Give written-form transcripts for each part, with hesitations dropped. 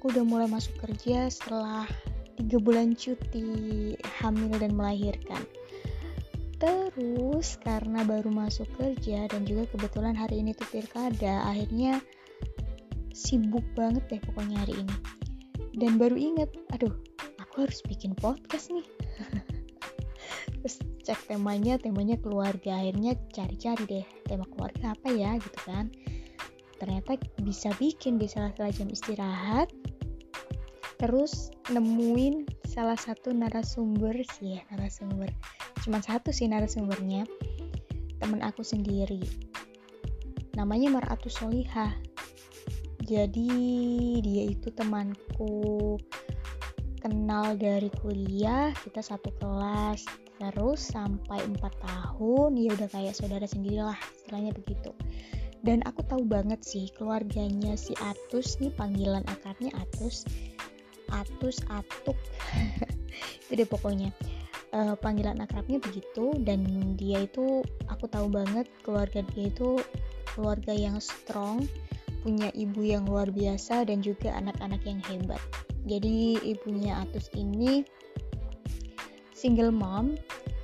aku udah mulai masuk kerja setelah 3 bulan cuti hamil dan melahirkan. Terus karena baru masuk kerja dan juga kebetulan hari ini tuh pilkada, akhirnya sibuk banget deh pokoknya hari ini. Dan baru inget, aduh aku harus bikin podcast nih. Terus cek temanya keluarga, akhirnya cari-cari deh tema keluarga apa ya gitu kan. Ternyata bisa bikin di sela-sela jam istirahat. Terus nemuin salah satu narasumber. Cuman satu sih narasumbernya, temen aku sendiri. Namanya Mar'atus Solihah. Jadi dia itu temanku, kenal dari kuliah, kita satu kelas. Terus sampai 4 tahun, ya udah kayak saudara sendiri lah, istilahnya begitu. Dan aku tahu banget sih keluarganya si Atus nih, panggilan akrabnya Atus, Atuk itu deh pokoknya panggilan akrabnya begitu. Dan dia itu aku tahu banget keluarga dia itu keluarga yang strong, punya ibu yang luar biasa dan juga anak-anak yang hebat. Jadi ibunya Atus ini single mom,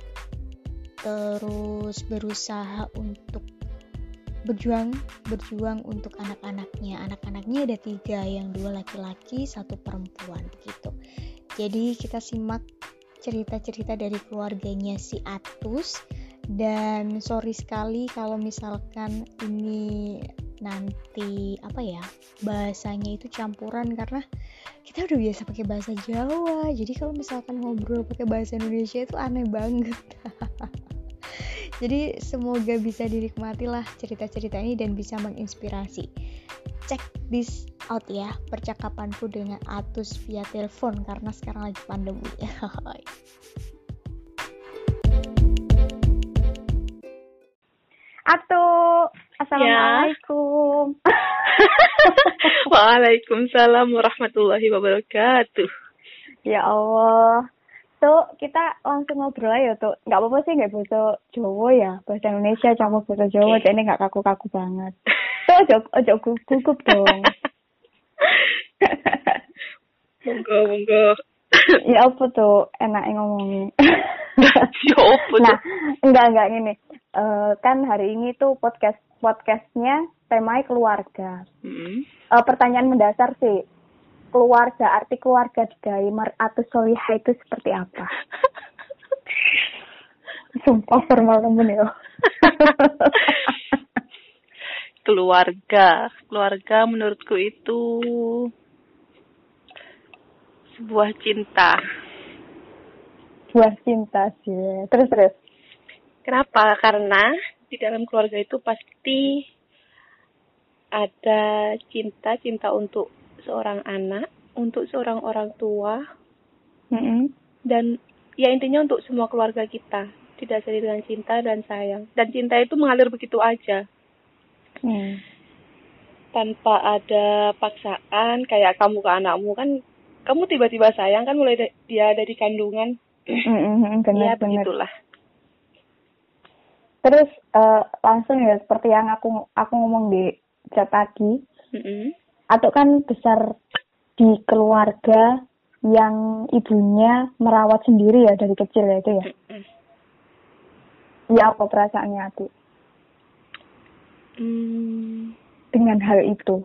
terus berusaha untuk berjuang untuk anak-anaknya ada 3, yang 2 laki-laki, 1 perempuan begitu. Jadi kita simak cerita-cerita dari keluarganya si Atus. Dan sorry sekali kalau misalkan ini nanti bahasanya itu campuran, karena kita udah biasa pakai bahasa Jawa, jadi kalau misalkan ngobrol pakai bahasa Indonesia itu aneh banget. Jadi semoga bisa dinikmati lah cerita-cerita ini dan bisa menginspirasi. Check this out ya, percakapanku dengan Atus via telepon karena sekarang lagi pandemi. Assalamualaikum. Waalaikumsalam warahmatullahi wabarakatuh. Ya Allah. Tuh, kita langsung ngobrol aja tuh. Nggak apa-apa sih nggak bahasa Jawa ya, bahasa Indonesia campur bahasa Jawa, jadi nggak kaku-kaku banget. Tuh, ojo gugup dong. Monggo. Ya apa tuh, enak ngomongnya. Ya apa tuh? Nah, enggak gini. Kan hari ini tuh podcastnya temanya keluarga. Pertanyaan mendasar sih, arti keluarga dari Mar'atus Solihah itu seperti apa? Sumpah formal temen ya. Keluarga menurutku itu sebuah cinta. Sebuah cinta sih. Terus. Kenapa? Karena di dalam keluarga itu pasti ada cinta untuk seorang anak, untuk seorang orang tua, dan ya intinya untuk semua keluarga kita didasari dengan cinta dan sayang. Dan cinta itu mengalir begitu aja, tanpa ada paksaan. Kayak kamu ke anakmu kan, kamu tiba-tiba sayang kan mulai dia ada di kandungan. Ya begitulah. Terus langsung ya seperti yang aku ngomong di chat tadi. Atau kan besar di keluarga yang ibunya merawat sendiri ya dari kecil ya itu ya. Ya apa perasaannya Ati? Dengan hal itu?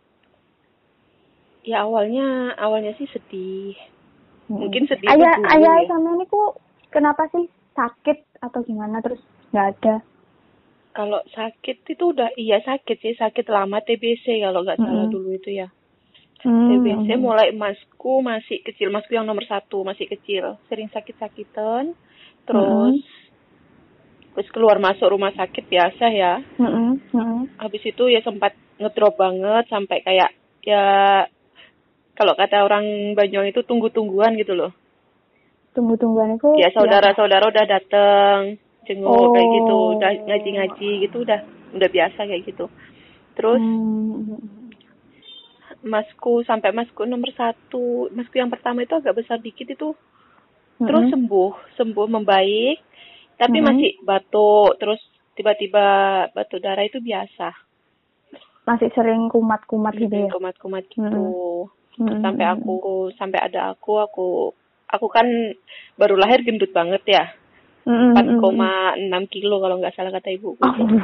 Ya awalnya sih sedih. Mungkin sedih. Ayah sama ini kok kenapa sih, sakit atau gimana terus nggak ada? Kalau sakit itu udah sakit lama, TBC kalau nggak salah dulu itu ya. TBC mulai masku masih kecil, masku yang nomor 1 masih kecil, sering sakit-sakitan, terus keluar masuk rumah sakit biasa ya. Habis itu ya sempat ngedrop banget sampai kayak ya kalau kata orang Banyuwangi itu tunggu-tungguan gitu loh. Tunggu-tungguan itu? Ya saudara-saudara udah dateng jenguk kayak gitu, udah ngaji-ngaji gitu, udah biasa kayak gitu. Terus masku nomor 1, masku yang pertama itu agak besar dikit itu, terus sembuh membaik, tapi masih batuk, terus tiba-tiba batuk darah itu biasa. Masih sering kumat-kumat gitu ya? Kumat-kumat gitu. sampai ada aku kan baru lahir gendut banget ya. 4,6 kilo kalau nggak salah kata ibuku.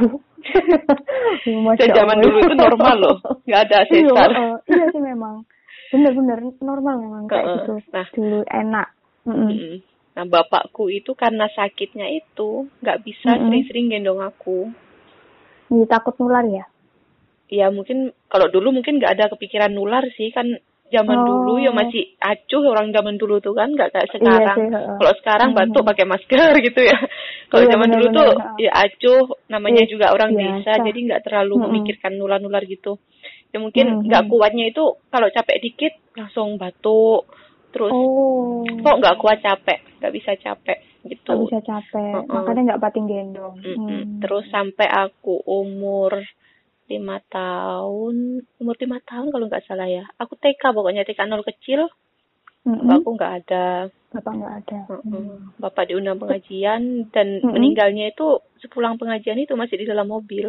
Zaman dulu itu normal loh, nggak ada sesar. Iya sih memang, bener-bener normal memang kayak gitu. Nah, dulu enak. Nah, bapakku itu karena sakitnya itu nggak bisa sering-sering gendong aku. Takut nular ya? Ya mungkin kalau dulu mungkin nggak ada kepikiran nular sih, kan zaman dulu ya masih acuh orang zaman dulu tuh kan, nggak kayak sekarang. Kalau sekarang batuk pakai masker gitu ya. Kalau zaman dulu tuh ya acuh, namanya juga orang desa, jadi nggak terlalu memikirkan nular-nular gitu. Ya mungkin nggak kuatnya itu kalau capek dikit langsung batuk, terus kok nggak kuat capek, nggak bisa capek gitu. Nggak bisa capek, makanya nggak pating gendong. Terus sampai aku umur 5 tahun kalau nggak salah ya. Aku TK pokoknya, TK 0 kecil. Bapakku nggak ada. Bapak nggak ada. Bapak diundang pengajian dan meninggalnya itu sepulang pengajian itu masih di dalam mobil.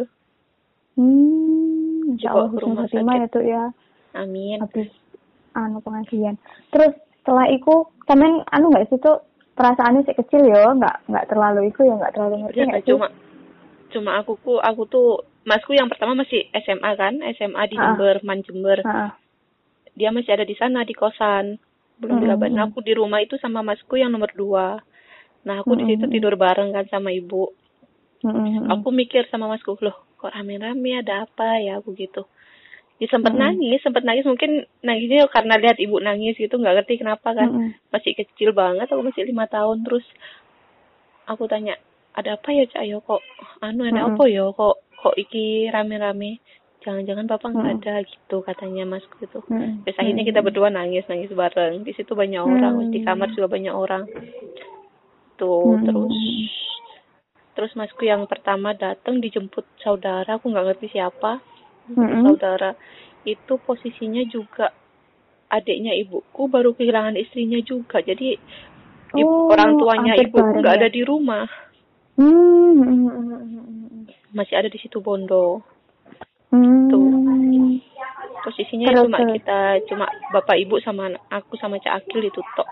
Insya Allah husnul khotimah ya tuh ya. Amin. Habis pengajian. Terus setelah itu sampean nggak sih tuh perasaannya si kecil ya, nggak terlalu itu ya, nggak terlalu ngerti nggak sih? Cuma aku tuh masku yang pertama masih SMA kan, SMA di Jember, Jember. Dia masih ada di sana di kosan, belum dikabarin. Aku di rumah itu sama masku yang nomor 2. Nah aku di situ tidur bareng kan sama ibu. Aku mikir sama masku, loh kok rame-rame, ada apa ya, aku gitu. Ya sempat nangis mungkin nangisnya karena lihat ibu nangis gitu, nggak ngerti kenapa kan. Masih kecil banget, aku masih 5 tahun. Terus aku tanya, ada apa ya Cak Ayo, kok ada apa ya, kok iki rame-rame, jangan-jangan bapak nggak ada gitu katanya masku gitu. Terus akhirnya kita berdua nangis bareng. Di situ banyak orang, di kamar juga banyak orang tuh. Terus masku yang pertama datang dijemput saudara, aku nggak ngerti siapa. Saudara itu posisinya juga adiknya ibuku, baru kehilangan istrinya juga, jadi orang tuanya ibuku nggak ada di rumah. Masih ada di situ Bondo. Tuh. Posisinya cuma bapak ibu sama aku sama Cak Akil itu tok.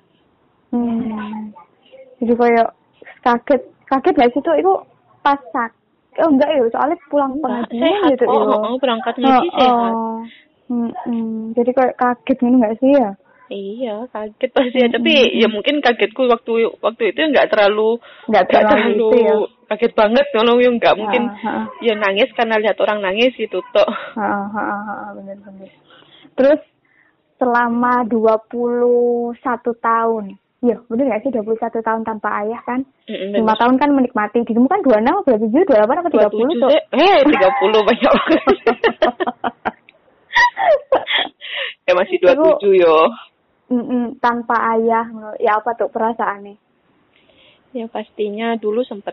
Jadi kayak kaget gak sih tuh itu pas enggak ya, soalnya pulang pengajian gitu ya. Berangkat ngaji sehat. Jadi kayak kaget gitu enggak sih ya? Iya, kaget pasti ya. Tapi ya mungkin kagetku waktu itu nggak terlalu itu ya. Kaget banget kalau yang nggak mungkin ya nangis karena lihat orang nangis gitu toh. Benar. Terus selama 21 tahun. Iya, bener nggak sih 21 tahun tanpa ayah kan? 5 tahun kan menikmati. Dirimu kan 26, berarti 28 atau 30 tuh? 30 banyak banget. Ya masih 27 yo. Tanpa ayah, ya apa tuh perasaannya? Ya pastinya dulu sempet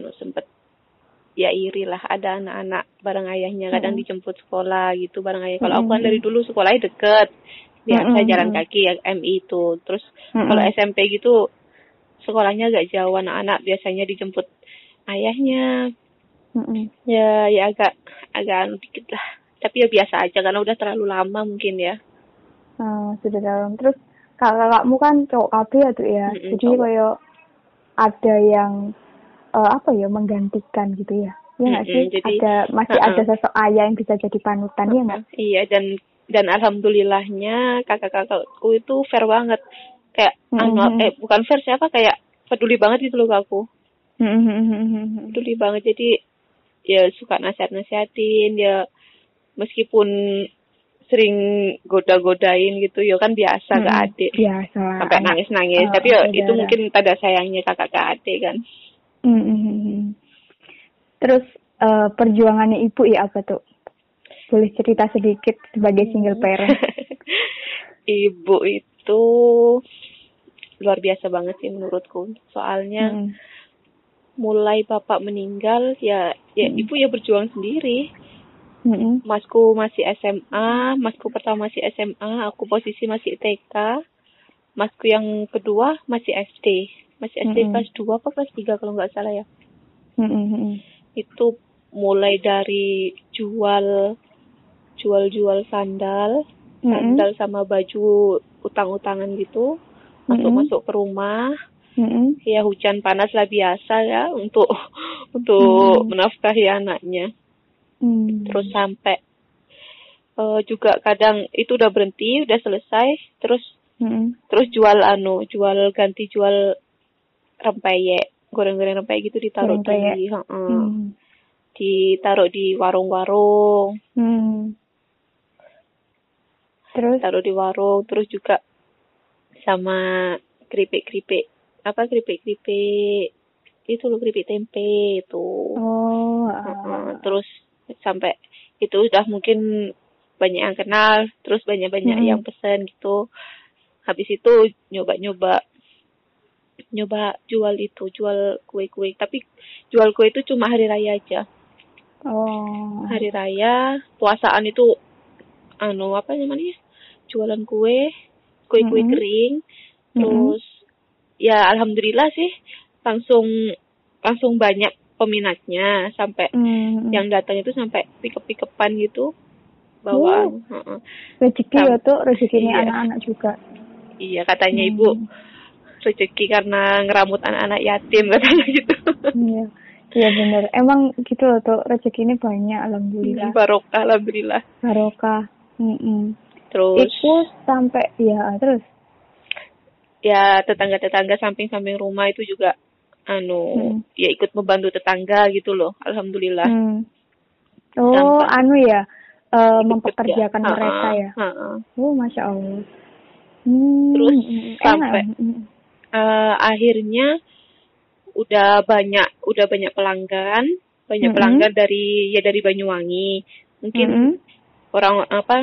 ya iri lah, ada anak-anak bareng ayahnya kadang dijemput sekolah gitu bareng ayah. Kalau aku kan dari dulu sekolahnya deket, biasa jalan kaki yang MI itu. Terus kalau SMP gitu sekolahnya agak jauh, anak-anak biasanya dijemput ayahnya. Ya agak dikit lah, tapi ya biasa aja karena udah terlalu lama mungkin ya. Sudah dalam. Terus kakakmu kan cowok KB ya tuh ya. Jadi kayak ada yang menggantikan gitu ya. Iya nggak sih? Jadi, ada sosok ayah yang bisa jadi panutan ya nggak? Iya, dan alhamdulillahnya kakak-kakakku itu fair banget. Kayak bukan fair siapa, kayak peduli banget gitu loh ke aku. Peduli banget, jadi ya suka nasihatin ya, meskipun sering goda-godain gitu ya kan biasa ke adik. Biasa. Sampai nangis-nangis. Tapi ya itu mungkin tanda sayangnya kakak ke adik kan. Terus perjuangannya ibu ya apa tuh? Boleh cerita sedikit sebagai single parent? Ibu itu luar biasa banget sih menurutku. Soalnya mulai bapak meninggal ya ibu ya berjuang sendiri. Masku masih SMA, masku pertama masih SMA, aku posisi masih TK. Masku yang kedua masih SD. Masih SD kelas 2 apa kelas 3 kalau nggak salah ya. Itu mulai dari jual sandal, sandal sama baju utang-utangan gitu, masuk ke rumah. Ya hujan panas lah biasa ya untuk menafkahi anaknya. Terus sampai juga kadang itu udah berhenti, udah selesai, terus jual ganti jual rempeyek, goreng-goreng rempeyek gitu ditaruh ditaruh di warung-warung. Terus taruh di warung, terus juga sama keripik itu loh, keripik tempe itu. Terus sampai itu udah mungkin banyak yang kenal, terus banyak yang pesen gitu. Habis itu nyoba jual kue, tapi jual kue itu cuma hari raya aja. Hari raya, puasaan itu apa namanya, jualan kue kering. Terus ya alhamdulillah sih langsung banyak peminatnya, sampai yang datang itu sampai pikep-pikepan gitu bawaan. Rezeki ya tuh, rezekinya anak-anak juga. Iya, katanya ibu rezeki karena ngeramut anak-anak yatim, katanya gitu. Iya benar, emang gitu loh tuh, rezeki ini banyak, alhamdulillah. Barokah, alhamdulillah. Barokah. Terus itu sampai terus ya tetangga samping rumah itu juga ya ikut membantu tetangga gitu loh, alhamdulillah. Mempekerjakan mereka ya. Masya Allah. Terus sampai akhirnya udah banyak pelanggan dari Banyuwangi. Mungkin orang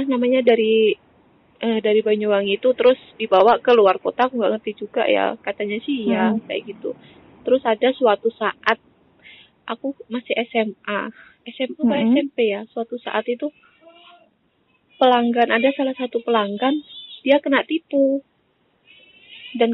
dari Banyuwangi itu terus dibawa ke luar kota, aku nggak ngerti juga ya, katanya sih ya kayak gitu. Terus ada suatu saat aku masih SMA atau SMP ya, suatu saat itu ada salah satu pelanggan dia kena tipu, dan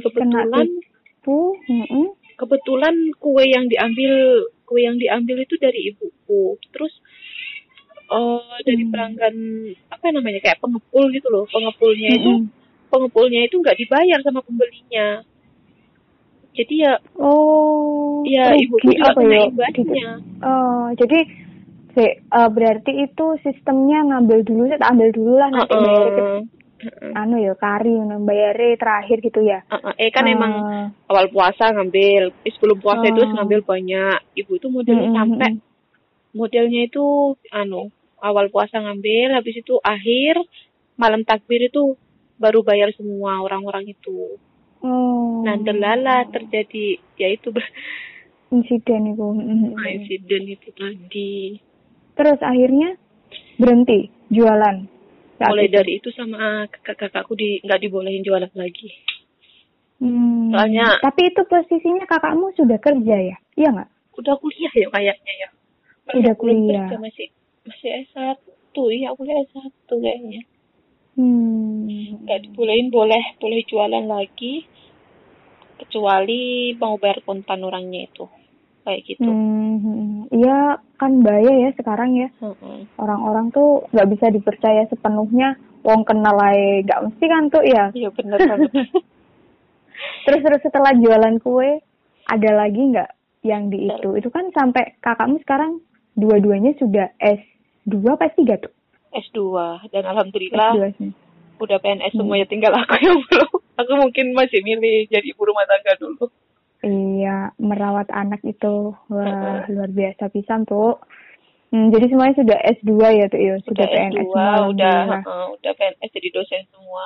kebetulan kue yang diambil itu dari ibuku. Terus dari pelanggan kayak pengepul gitu loh, pengepulnya itu nggak dibayar sama pembelinya, jadi ibuku juga kena imbasnya. Jadi berarti itu sistemnya ngambil dulu nanti bayar kari bayarnya terakhir gitu ya. Kan emang awal puasa ngambil, sebelum puasa itu ngambil banyak. Ibu itu modelnya itu awal puasa ngambil, habis itu akhir malam takbir itu baru bayar semua orang-orang itu. Nah, delala terjadi yaitu insiden itu. Insiden itu tadi. Terus akhirnya berhenti jualan. Mulai dari itu sama kakakku nggak dibolehin jualan lagi. Soalnya. Tapi itu posisinya kakakmu sudah kerja ya? Iya nggak? Udah kuliah ya kayaknya ya. Udah kuliah. Masih S1 ya, kuliah S1 kayaknya. Nggak dibolehin, boleh jualan lagi, kecuali mau bayar kontan orangnya itu. Kayak gitu. Iya kan bahaya ya sekarang ya. Orang-orang tuh nggak bisa dipercaya sepenuhnya. Wong kenal aja nggak mesti kan tuh ya. Iya benar banget. Terus setelah jualan kue ada lagi nggak yang di itu? Itu kan sampai kakakmu sekarang dua-duanya sudah S2 apa S3 tuh? S2, dan alhamdulillah S2 udah PNS semuanya, tinggal aku yang belum. Aku mungkin masih milih jadi ibu rumah tangga dulu. Iya, merawat anak itu wah luar biasa pisan tuh. Jadi semuanya sudah S2 ya tuh, ya sudah PNS S2, semua. Udah PNS jadi dosen semua.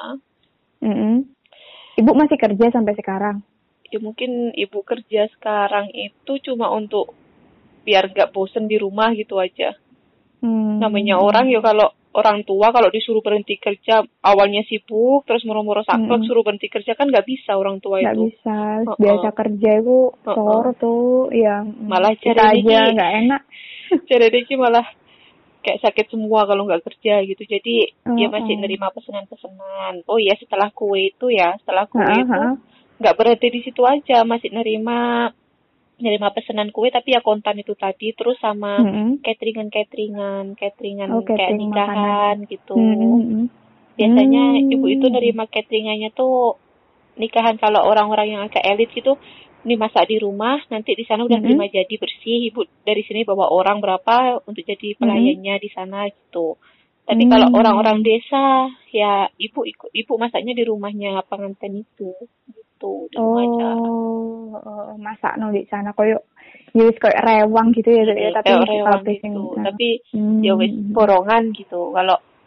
Ibu masih kerja sampai sekarang? Ya mungkin ibu kerja sekarang itu cuma untuk biar gak bosen di rumah gitu aja. Namanya orang ya, kalau orang tua kalau disuruh berhenti kerja awalnya sibuk, terus murah-murah saklek suruh berhenti kerja kan nggak bisa orang tua itu. Nggak bisa, biasa kerja itu sore tuh, ya malah kita aja nggak enak. Cari rezeki malah kayak sakit semua kalau nggak kerja gitu. Jadi dia masih nerima pesanan-pesanan. Oh ya setelah kue itu nggak berhenti di situ aja, masih nerima pesanan kue, tapi ya kontan itu tadi, terus sama cateringan kayak nikahan gitu. Biasanya ibu itu nerima cateringannya tuh nikahan kalau orang-orang yang agak elit gitu, ini masak di rumah, nanti di sana udah terima jadi bersih, ibu dari sini bawa orang berapa untuk jadi pelayannya di sana gitu. Tapi kalau orang-orang desa, ya ibu masaknya di rumahnya pengantin itu, gitu di rumah aja. Masak no di sana koyo wis koyo rewang gitu ya, tapi rewang gitu. Tapi ya wis borongan gitu.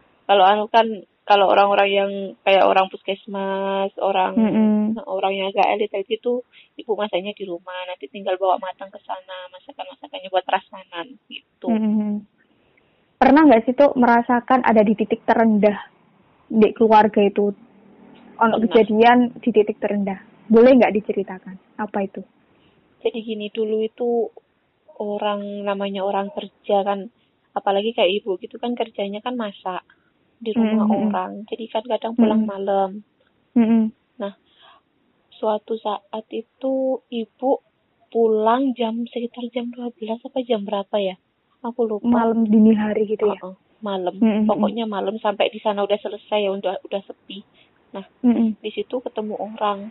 Kalau orang-orang yang kayak orang puskesmas, orang yang agak elit itu, ibu masaknya di rumah, nanti tinggal bawa matang ke sana, masakannya buat prasmanan gitu. Pernah nggak sih tuh merasakan ada di titik terendah di keluarga itu, kejadian di titik terendah? Boleh nggak diceritakan apa itu? Jadi gini, dulu itu namanya orang kerja kan, apalagi kayak ibu gitu kan kerjanya kan masak di rumah orang, jadi kan kadang pulang malam. Nah, suatu saat itu ibu pulang sekitar jam 12 apa jam berapa ya? Aku lupa. Malam dini hari gitu ya? Malam. Pokoknya malam sampai di sana udah selesai ya, udah sepi. Nah, di situ ketemu orang.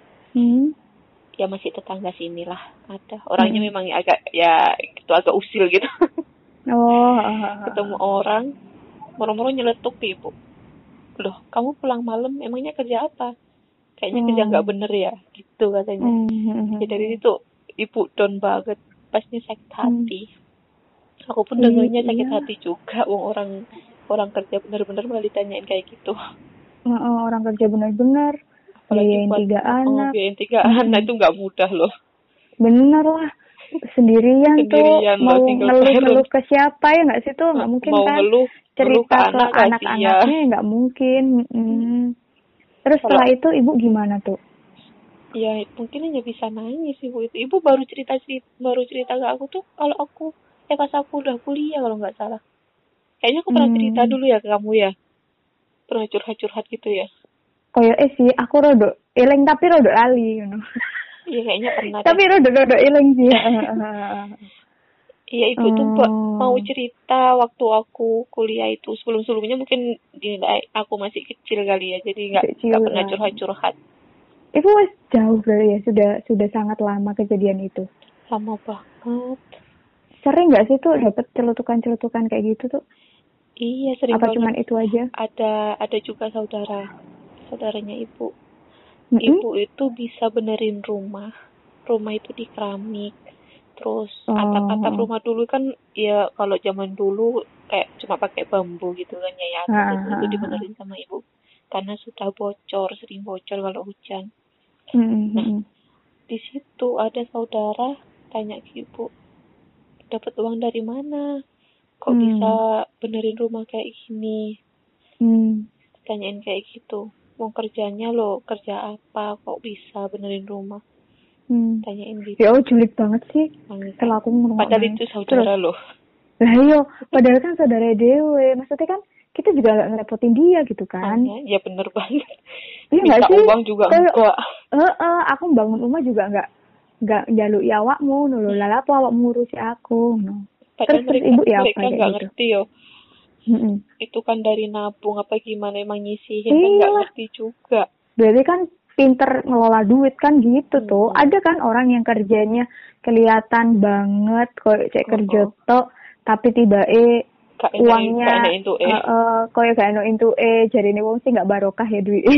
Ya masih tetangga sini lah ada. Orangnya memang agak usil gitu. Ketemu orang, moro-moro nyeletuk ke ibu. Loh, kamu pulang malam emangnya kerja apa? Kayaknya kerja nggak bener ya, gitu katanya. Jadi dari itu ibu down banget, pasnya sakit hati. Aku pun dengarnya sakit hati juga. Orang kerja bener-bener malah ditanyain kayak gitu. Orang kerja bener-bener. Biayain 3 anak. Biayain 3 anak itu nggak mudah loh. Bener lah. Sendirian tuh mau ngeluh ke siapa ya nggak sih tuh, nggak mungkin mau kan cerita ke anak-anaknya nggak mungkin. Terus setelah itu ibu gimana tuh? Ya mungkin hanya bisa nangis ibu itu. Ibu baru cerita ke aku tuh kalau aku pas aku udah kuliah kalau nggak salah. Kayaknya aku pernah cerita dulu ya ke kamu ya, pernah curhat gitu ya. Oh ya sih, aku rodok eling tapi rodok lali Iya kayaknya pernah. Tapi rodok eling sih. Iya ibu tuh mau cerita waktu aku kuliah itu, sebelumnya mungkin aku masih kecil kali ya, jadi nggak pernah curhat. Itu jauh berarti ya, sudah sangat lama kejadian itu. Lama banget. Sering nggak sih tuh dapat celutukan kayak gitu tuh? Iya sering apa banget. Cuman itu aja? Ada juga saudaranya ibu. Ibu itu bisa benerin rumah itu di keramik. Terus atap rumah dulu kan ya kalau zaman dulu kayak cuma pakai bambu gitu kan ya. Itu dibenerin sama ibu karena sudah sering bocor kalau hujan. Nah, di situ ada saudara tanya ke ibu, dapat uang dari mana? Kok bisa benerin rumah kayak gini? Tanyain kayak gitu. Mau kerjanya kerja apa? Kok bisa benerin rumah? Tanyain gitu. Ya julid banget sih. Kalau aku ngomong. Padahal itu saudara loh. Lah iya, padahal kan saudara dewe. Maksudnya kan kita juga nggak ngerepotin dia gitu kan? Ya bener banget. Iya nggak sih? Uang juga enggak. Aku bangun rumah juga nggak jaluk ya awakmu, lalu apa awakmu ngurusi aku, Terus ibu ya apa mereka nggak gitu? Ngerti yo. Itu kan dari nabung apa gimana emang nyisihin kan nggak ngerti juga. Berarti kan pinter ngelola duit kan gitu tuh. Ada kan orang yang kerjanya kelihatan banget kayak kerja tok tapi uangnya koyo gak ono into jarine wong sih gak barokah ya duit.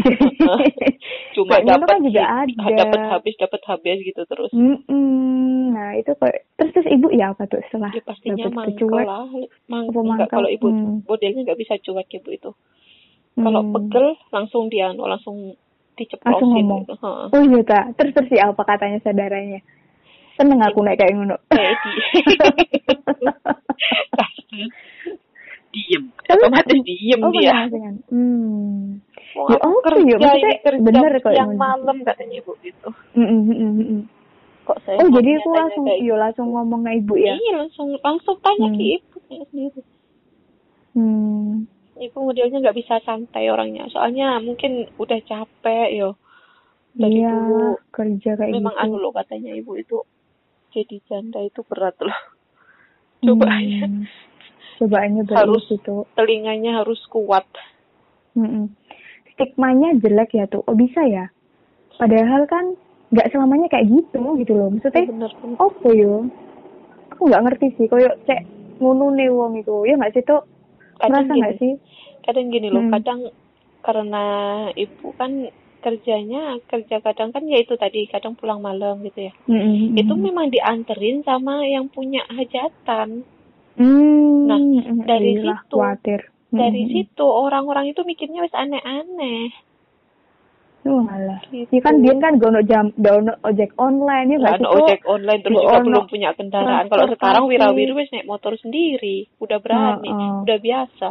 Cuma dapat kan juga ada. Dapat habis gitu terus. Nah, itu terus ibu ya apa tuh setelah ya, pastinya mangkel lah. Kalau ibu modelnya nggak bisa cuek ibu itu. Kalau pegel langsung diceplosin. Langsung ngomong. Gitu. Oh iya ta. Terus ya apa katanya saudaranya? Seneng aku naik kayak ngono. Diem. Otomatis diem dia. Kerja bener kok yang malam katanya ibu gitu. Kok saya jadi aku langsung ngomong ke ibu ya. Iya, langsung tanya ke ibu sendiri. Ibu modelnya nggak bisa santai orangnya. Soalnya mungkin udah capek yo. Dari dulu kerja kayak memang gitu. Loh katanya ibu itu jadi janda itu berat loh. Cobaannya berat itu. Telinganya harus kuat. Stigmanya jelek ya tuh. Oh bisa ya? Padahal kan nggak selamanya kayak gitu loh. Maksudnya, apa yo? Aku nggak ngerti sih. Koyo cek ngono nih wong itu. Ya nggak sih tuh? Merasa nggak sih? Kadang gini loh. Kadang karena ibu kan kerja kadang kan ya itu tadi kadang pulang malam gitu ya. Itu memang dianterin sama yang punya hajatan. Nah dari situ dari situ orang-orang itu mikirnya wis aneh-aneh. Malah. Gitu. Ya kan dia kan gak ono ojek online ya nggak sih? Ojek online terus juga belum punya kendaraan. Kalau sekarang wira-wiri wis naik motor sendiri, udah berani, udah biasa.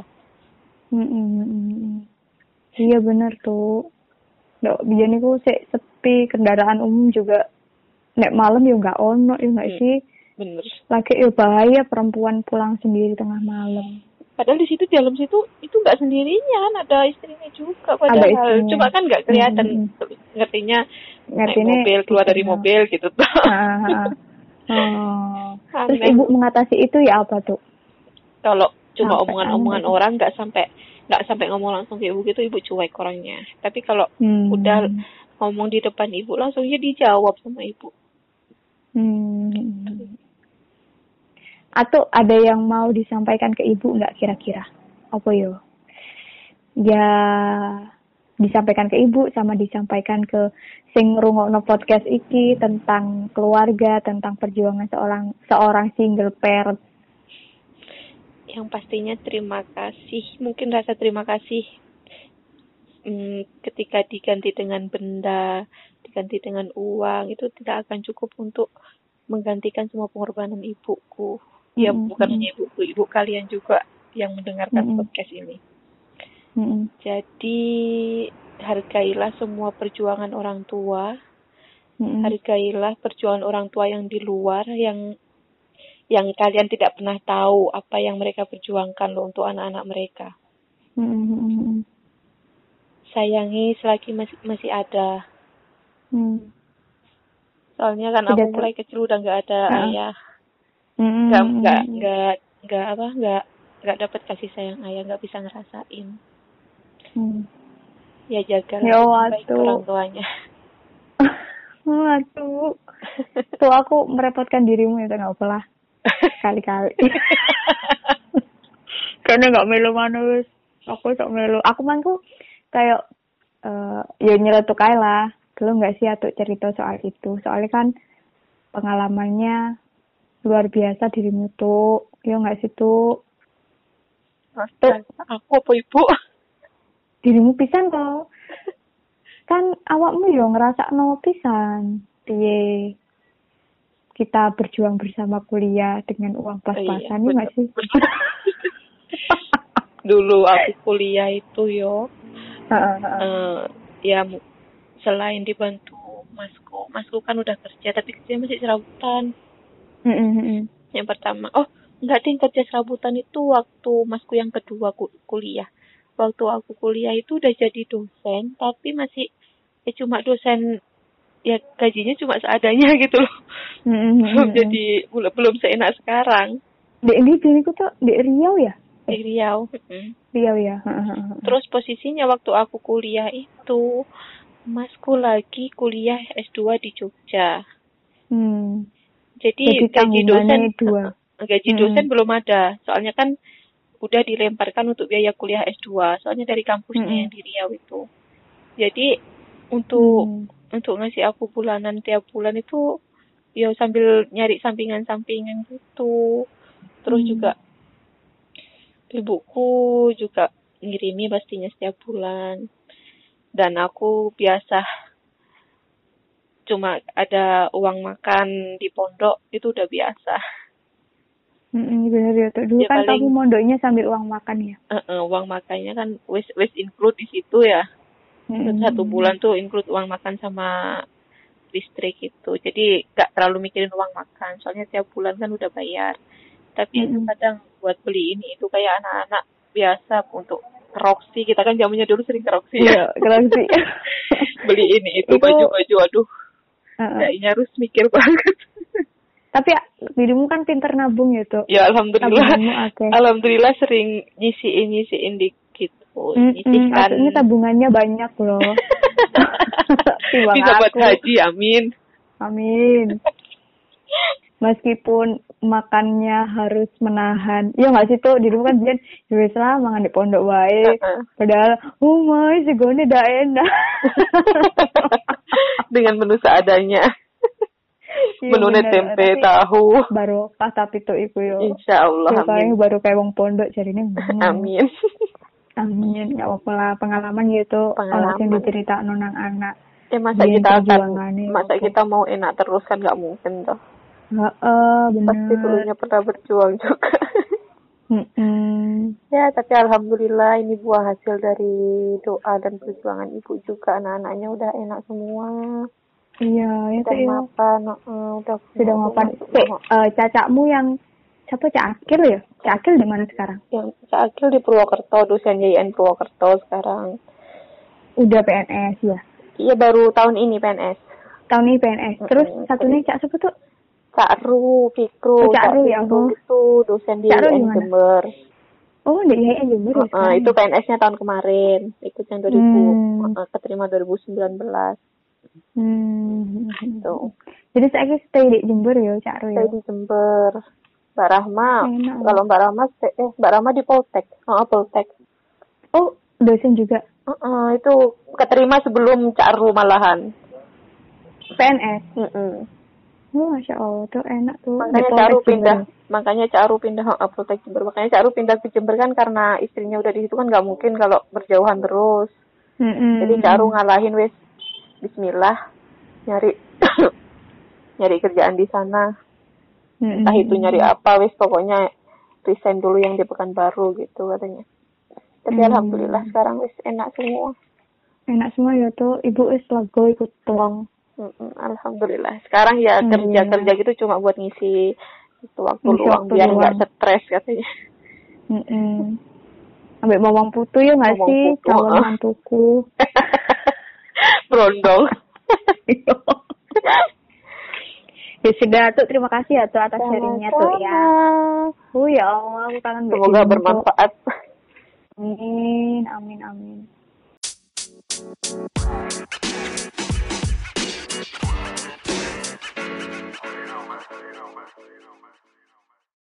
Iya bener tuh. Dok, biar niku sepi, kendaraan umum juga nek malam ya nggak ono ya nggak sih? Bener. Lagi ya bahaya perempuan pulang sendiri tengah malam. Padahal di dalam situ itu nggak sendirian, ada istrinya juga. Padahal cuma kan nggak kelihatan. Ngertinya naik mobil keluar dari mobil gitu tuh. Terus ibu mengatasi itu ya apa tuh? Kalau cuma omongan-omongan orang nggak sampai ngomong langsung ke ibu gitu, ibu cuek orangnya. Tapi kalau udah ngomong di depan ibu langsungnya dijawab sama ibu. Atau ada yang mau disampaikan ke ibu nggak kira-kira? Apa yo? Ya disampaikan ke ibu sama disampaikan ke sing ngrungokno podcast iki tentang keluarga, tentang perjuangan seorang single parent. Yang pastinya terima kasih, mungkin rasa terima kasih ketika diganti dengan benda, diganti dengan uang itu tidak akan cukup untuk menggantikan semua pengorbanan ibuku. Ya bukan hanya ibuku, ibu kalian juga yang mendengarkan podcast ini. Jadi hargailah semua perjuangan orang tua, hargailah perjuangan orang tua yang di luar, yang kalian tidak pernah tahu apa yang mereka perjuangkan loh untuk anak-anak mereka. Sayangi selagi masih ada. Soalnya kan aku mulai kecil udah nggak ada ayah, nggak dapat kasih sayang ayah, nggak bisa ngerasain. Ya jagalah baik orang tuanya. Waduh, tuh aku merepotkan dirimu ya, nggak apa lah. Kali-kali. Karena nggak melu manus, aku sok melu. Aku mangku kayak ya nyeletuk aja lah. Belum nggak sih atau cerita soal itu? Soalnya kan pengalamannya luar biasa dirimu tuh, ya nggak sih tuh? Aku apa ibu? Dirimu pisan kok. Kan awakmu yo ngrasakno pisan. Piye kita berjuang bersama kuliah dengan uang pas-pasan ya nggak sih? Dulu aku kuliah itu ya selain dibantu masku kan udah kerja, tapi kerja masih serabutan. Yang pertama, enggak ding, kerja serabutan itu waktu masku yang kedua kuliah. Waktu aku kuliah itu udah jadi dosen, tapi masih cuma dosen, ya gajinya cuma seadanya gitu loh. Belum seenak sekarang. Di tuh di Riau ya? Di Riau. Riau ya. Terus posisinya waktu aku kuliah itu masku lagi kuliah S2 di Jogja. Jadi gaji dosen belum ada. Soalnya kan udah dilemparkan untuk biaya kuliah S2. Soalnya dari kampusnya yang di Riau itu. Jadi untuk ngasih aku bulanan tiap bulan itu ya sambil nyari sampingan-sampingan gitu. Terus juga ibuku juga ngirimi pastinya setiap bulan. Dan aku biasa cuma ada uang makan di pondok itu udah biasa. Benar ya tuh. Dulu ya, kan paling, kamu mondoknya sambil uang makan ya? Uang makannya kan wes include di situ ya. Satu bulan tuh include uang makan sama listrik itu. Jadi gak terlalu mikirin uang makan. Soalnya tiap bulan kan udah bayar. Tapi itu kadang buat beli ini itu kayak anak-anak biasa untuk Roxy, kita kan zamannya dulu sering ke Roxy. Iya, ke Roxy. Beli ini itu baju-baju, aduh. Kayaknya harus mikir banget. Tapi dirimu kan pinter nabung ya tuh. Ya alhamdulillah. Alhamdulillah sering nyisiin dikit Nyisihkan. Ini tabungannya banyak loh. Bisa buat haji, amin. Amin. Meskipun makannya harus menahan. Ya nggak sih tuh di rumah kan dia biasa mangan di pondok wae. Padahal my segone dah enak. Dengan menu seadanya. Menu tempe, tahu. Barokah tapi tuh iku yo. Insyaallah amin. Baru kayak wong pondok jarine. Amin. Amin. Enggak apa-apa lah pengalaman gitu. Kalau yang diceritakno nang anak. Masa kita mau enak terus kan nggak mungkin toh. Benar. Pasti dulunya pernah berjuang juga. Ya, tapi alhamdulillah ini buah hasil dari doa dan perjuangan ibu juga. Anak-anaknya udah enak semua. Iya, udah makan, sudah makan. Cacakmu yang siapa Cak Akil ya? Cak Akil di mana sekarang? Yang Cak Akil di Purwokerto, dosen YIN Purwokerto sekarang. Udah PNS ya? Iya, baru tahun ini PNS. Tahun ini PNS. Terus satunya Cak siapa tuh? Cak Ru, Fikru. Cak Ru ya, itu dosen di YIN Jember. Oh, di YIN Jember ya? Itu PNS-nya tahun kemarin. Ikut yang 2000, keterima 2019. Tuh. Jadi saya stay di Jember ya, Cak Ru ya? Stay di Jember. Mbak Rahma, kalau Mbak Rahma di Poltek. Poltek. Oh, dosen juga? Itu keterima sebelum Cak Ru malahan. PNS? Oh, Masya Allah, tuh enak tuh. Makanya Cak Ru pindah Poltek Jember. Makanya Cak Ru pindah ke Jember kan karena istrinya udah di situ kan nggak mungkin kalau berjauhan terus. Jadi Cak Ru ngalahin wes. Bismillah nyari nyari kerjaan di sana. Entah itu nyari apa wes pokoknya resign dulu yang di Pekanbaru gitu katanya. Tapi alhamdulillah sekarang wes enak semua. Enak semua ya tuh, ibu wes lago ikut tuang. Alhamdulillah. Sekarang ya kerja gitu cuma buat ngisi itu waktu luang biar nggak stres katanya. Ambil bawang putu ya nggak sih? Calon mantuku. Berondong. Ya sudah tuh, terima kasih ya tuh atas sharingnya tuh ya. Ya Allah, aku kangen. Semoga bermanfaat. Amin.